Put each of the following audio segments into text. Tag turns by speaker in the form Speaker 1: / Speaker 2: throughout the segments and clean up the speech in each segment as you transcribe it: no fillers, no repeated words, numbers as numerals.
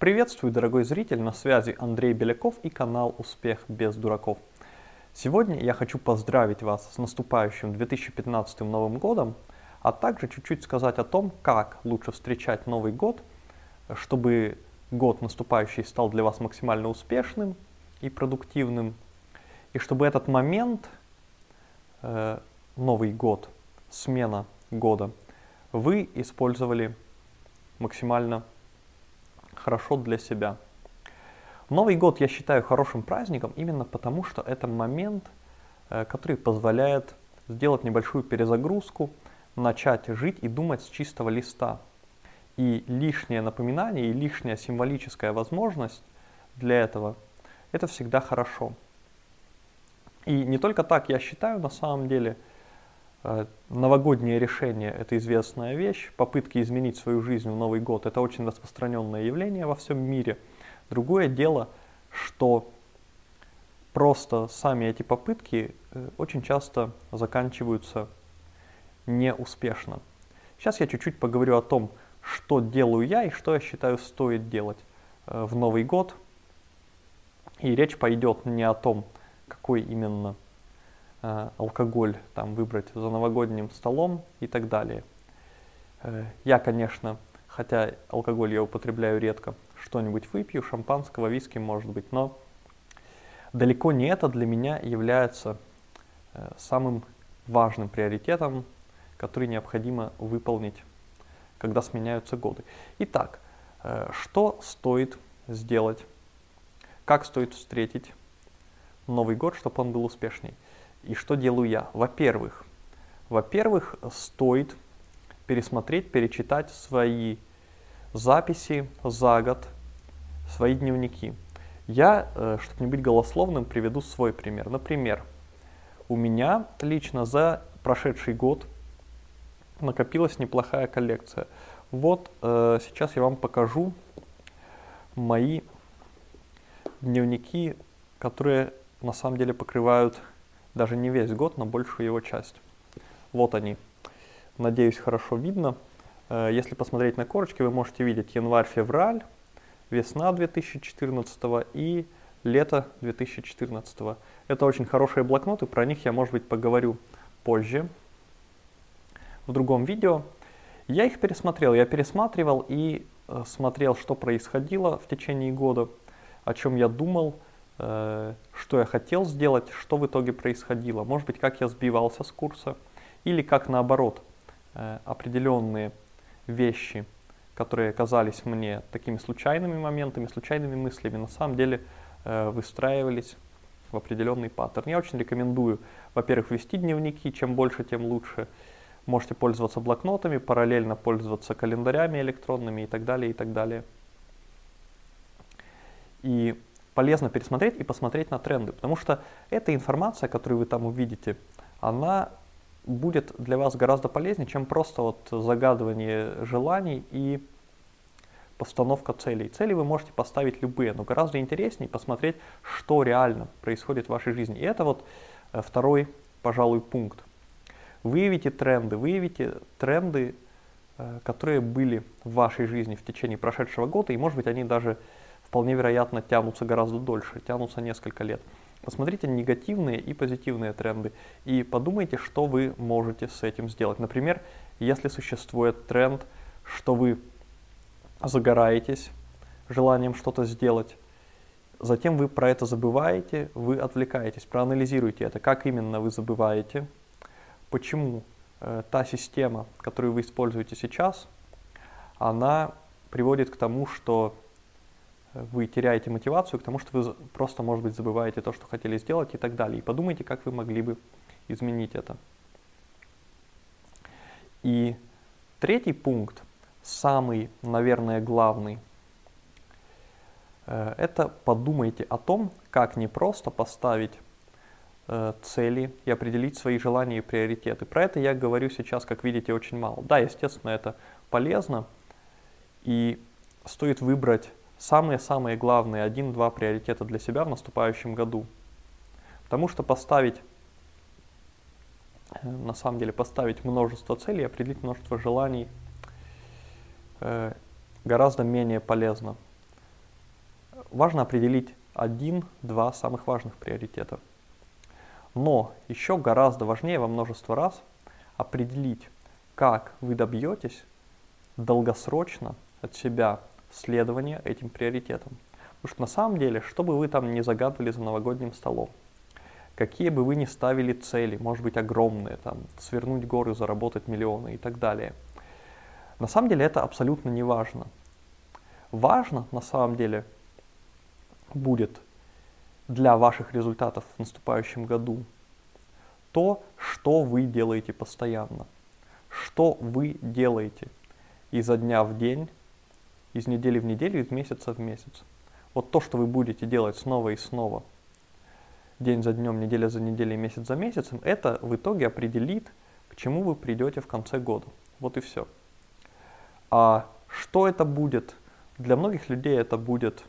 Speaker 1: Приветствую, дорогой зритель, на связи Андрей Беляков и канал «Успех без дураков». Сегодня я хочу поздравить вас с наступающим 2015 Новым годом, а также чуть-чуть сказать о том, как лучше встречать Новый год, чтобы год наступающий стал для вас максимально успешным и продуктивным, и чтобы этот момент, Новый год, смена года, вы использовали максимально хорошо для себя. Новый год я считаю хорошим праздником именно потому, что это момент, который позволяет сделать небольшую перезагрузку, начать жить и думать с чистого листа. И лишнее напоминание, и лишняя символическая возможность для этого, это всегда хорошо. И не только так я считаю, на самом деле, новогоднее решение – это известная вещь, попытки изменить свою жизнь в Новый год – это очень распространенное явление во всем мире. Другое дело, что просто сами эти попытки очень часто заканчиваются неуспешно. Сейчас я чуть-чуть поговорю о том, что делаю я и что я считаю стоит делать в Новый год. И речь пойдет не о том, какой именно алкоголь там выбрать за новогодним столом и так далее. Я, конечно, хотя алкоголь я употребляю редко, что-нибудь выпью, шампанского, виски, может быть, но далеко не это для меня является самым важным приоритетом, который необходимо выполнить, когда сменяются годы. Итак, что стоит сделать, как стоит встретить Новый год, чтобы он был успешней? И что делаю я? Во-первых, стоит пересмотреть, перечитать свои записи за год, свои дневники. Я, чтобы не быть голословным, приведу свой пример. Например, у меня лично за прошедший год накопилась неплохая коллекция. Вот сейчас я вам покажу мои дневники, которые на самом деле покрывают даже не весь год, но большую его часть. Вот они. Надеюсь, хорошо видно. Если посмотреть на корочки, вы можете видеть январь-февраль, весна 2014 и лето 2014. Это очень хорошие блокноты, про них я, может быть, поговорю позже, в другом видео. Я их пересмотрел, я пересматривал и смотрел, что происходило в течение года, о чем я думал, что я хотел сделать, что в итоге происходило. Может быть, как я сбивался с курса, или как наоборот, определенные вещи, которые казались мне такими случайными моментами, случайными мыслями, на самом деле выстраивались в определенный паттерн. Я очень рекомендую, во-первых, вести дневники, чем больше, тем лучше. Можете пользоваться блокнотами, параллельно пользоваться календарями электронными и так далее, и так далее. И полезно пересмотреть и посмотреть на тренды, потому что эта информация, которую вы там увидите, она будет для вас гораздо полезнее, чем просто вот загадывание желаний и постановка целей. Цели вы можете поставить любые, но гораздо интереснее посмотреть, что реально происходит в вашей жизни. И это вот второй, пожалуй, пункт. Выявите тренды, которые были в вашей жизни в течение прошедшего года, и, может быть, они даже вполне вероятно тянутся гораздо дольше, тянутся несколько лет. Посмотрите негативные и позитивные тренды и подумайте, что вы можете с этим сделать. Например, если существует тренд, что вы загораетесь желанием что-то сделать, затем вы про это забываете, вы отвлекаетесь, проанализируйте это, как именно вы забываете, почему та система, которую вы используете сейчас, она приводит к тому, что вы теряете мотивацию, к тому, что вы просто, может быть, забываете то, что хотели сделать и так далее. И подумайте, как вы могли бы изменить это. И третий пункт, самый, наверное, главный, это подумайте о том, как не просто поставить цели и определить свои желания и приоритеты. Про это я говорю сейчас, как видите, очень мало. Да, естественно, это полезно, и стоит выбрать самые-самые главные 1-2 приоритета для себя в наступающем году. Потому что на самом деле поставить множество целей, определить множество желаний гораздо менее полезно. важно определить 1-2 самых важных приоритета. Но еще гораздо важнее во множество раз определить, как вы добьетесь долгосрочно от себя следования этим приоритетам. Потому что на самом деле, что бы вы там ни загадывали за новогодним столом, какие бы вы ни ставили цели, может быть огромные, там, свернуть горы, заработать миллионы и так далее, на самом деле это абсолютно не важно. Важно на самом деле будет для ваших результатов в наступающем году то, что вы делаете постоянно, что вы делаете изо дня в день, из недели в неделю, из месяца в месяц. Вот то, что вы будете делать снова и снова, день за днем, неделя за неделей, месяц за месяцем, это в итоге определит, к чему вы придете в конце года. Вот и все. А что это будет? Для многих людей это будут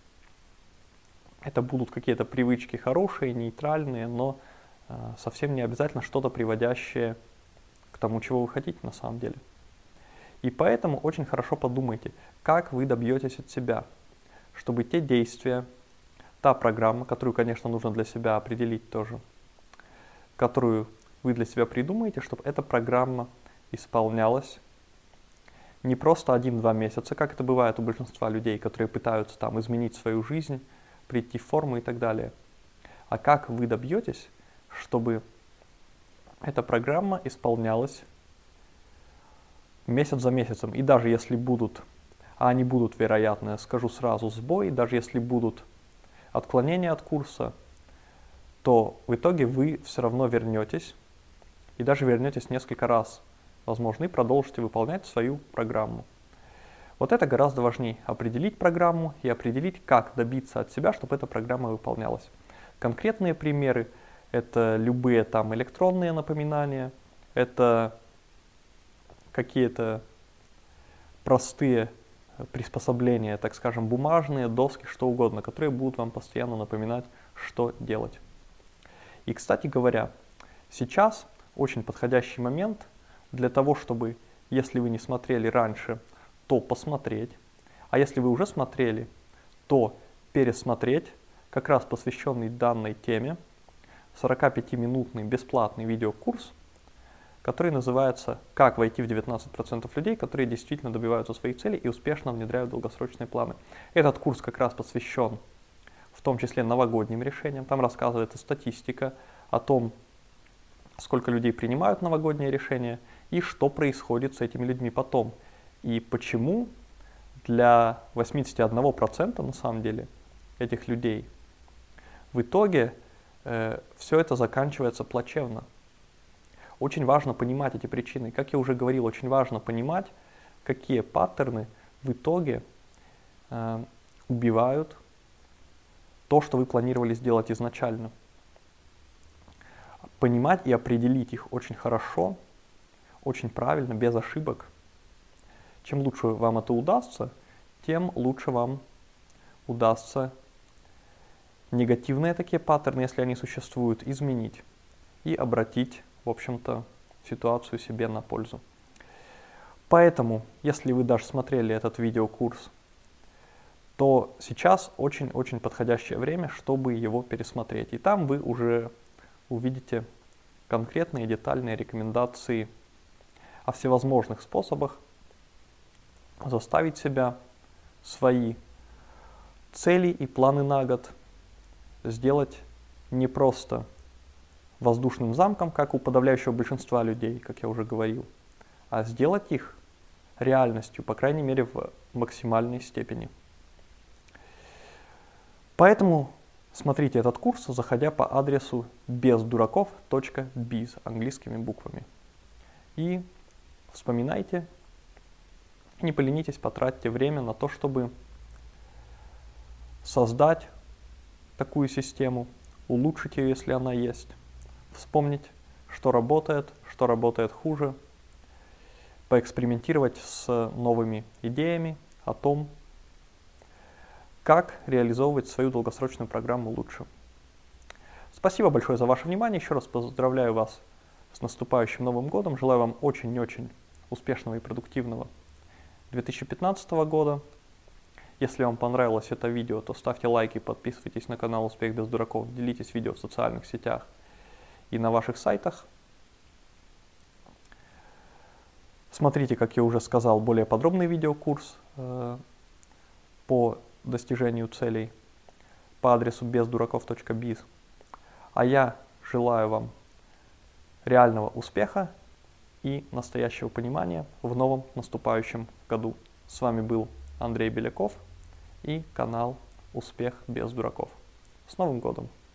Speaker 1: какие-то привычки хорошие, нейтральные, но совсем не обязательно что-то приводящее к тому, чего вы хотите на самом деле. И поэтому очень хорошо подумайте, как вы добьетесь от себя, чтобы те действия, та программа, которую, конечно, нужно для себя определить тоже, которую вы для себя придумаете, чтобы эта программа исполнялась не просто 1-2 месяца, как это бывает у большинства людей, которые пытаются там изменить свою жизнь, прийти в форму и так далее. А как вы добьетесь, чтобы эта программа исполнялась месяц за месяцем. И даже если будут, а они будут, вероятно, я скажу сразу, сбои, даже если будут отклонения от курса, то в итоге вы все равно вернетесь, и даже вернетесь несколько раз, возможно, и продолжите выполнять свою программу. Вот это гораздо важнее, определить программу и определить, как добиться от себя, чтобы эта программа выполнялась. Конкретные примеры — это любые там электронные напоминания, это какие-то простые приспособления, так скажем, бумажные, доски, что угодно, которые будут вам постоянно напоминать, что делать. И, кстати говоря, сейчас очень подходящий момент для того, чтобы, если вы не смотрели раньше, то посмотреть, а если вы уже смотрели, то пересмотреть, как раз посвященный данной теме, 45-минутный бесплатный видеокурс, который называется «Как войти в 19% людей, которые действительно добиваются своих целей и успешно внедряют долгосрочные планы». Этот курс как раз посвящен в том числе новогодним решениям. Там рассказывается статистика о том, сколько людей принимают новогодние решения и что происходит с этими людьми потом. И почему для 81% на самом деле этих людей в итоге все это заканчивается плачевно. Очень важно понимать эти причины. Как я уже говорил, очень важно понимать, какие паттерны в итоге убивают то, что вы планировали сделать изначально. Понимать и определить их очень хорошо, очень правильно, без ошибок. Чем лучше вам это удастся, тем лучше вам удастся негативные такие паттерны, если они существуют, изменить и обратить, в общем-то, ситуацию себе на пользу. Поэтому, если вы даже смотрели этот видеокурс, то сейчас очень-очень подходящее время, чтобы его пересмотреть. И там вы уже увидите конкретные детальные рекомендации о всевозможных способах заставить себя свои цели и планы на год сделать не просто воздушным замком, как у подавляющего большинства людей, как я уже говорил, а сделать их реальностью, по крайней мере, в максимальной степени. Поэтому смотрите этот курс, заходя по адресу бездураков.biz английскими буквами. И вспоминайте, не поленитесь, потратьте время на то, чтобы создать такую систему, улучшить ее, если она есть, вспомнить, что работает хуже, поэкспериментировать с новыми идеями о том, как реализовывать свою долгосрочную программу лучше. Спасибо большое за ваше внимание. Еще раз поздравляю вас с наступающим Новым годом. Желаю вам очень-очень успешного и продуктивного 2015 года. Если вам понравилось это видео, то ставьте лайки, подписывайтесь на канал Успех без дураков, делитесь видео в социальных сетях и на ваших сайтах. Смотрите, как я уже сказал, более подробный видеокурс по достижению целей по адресу бездураков.biz. А я желаю вам реального успеха и настоящего понимания в новом наступающем году. С вами был Андрей Беляков и канал Успех без дураков. С Новым годом!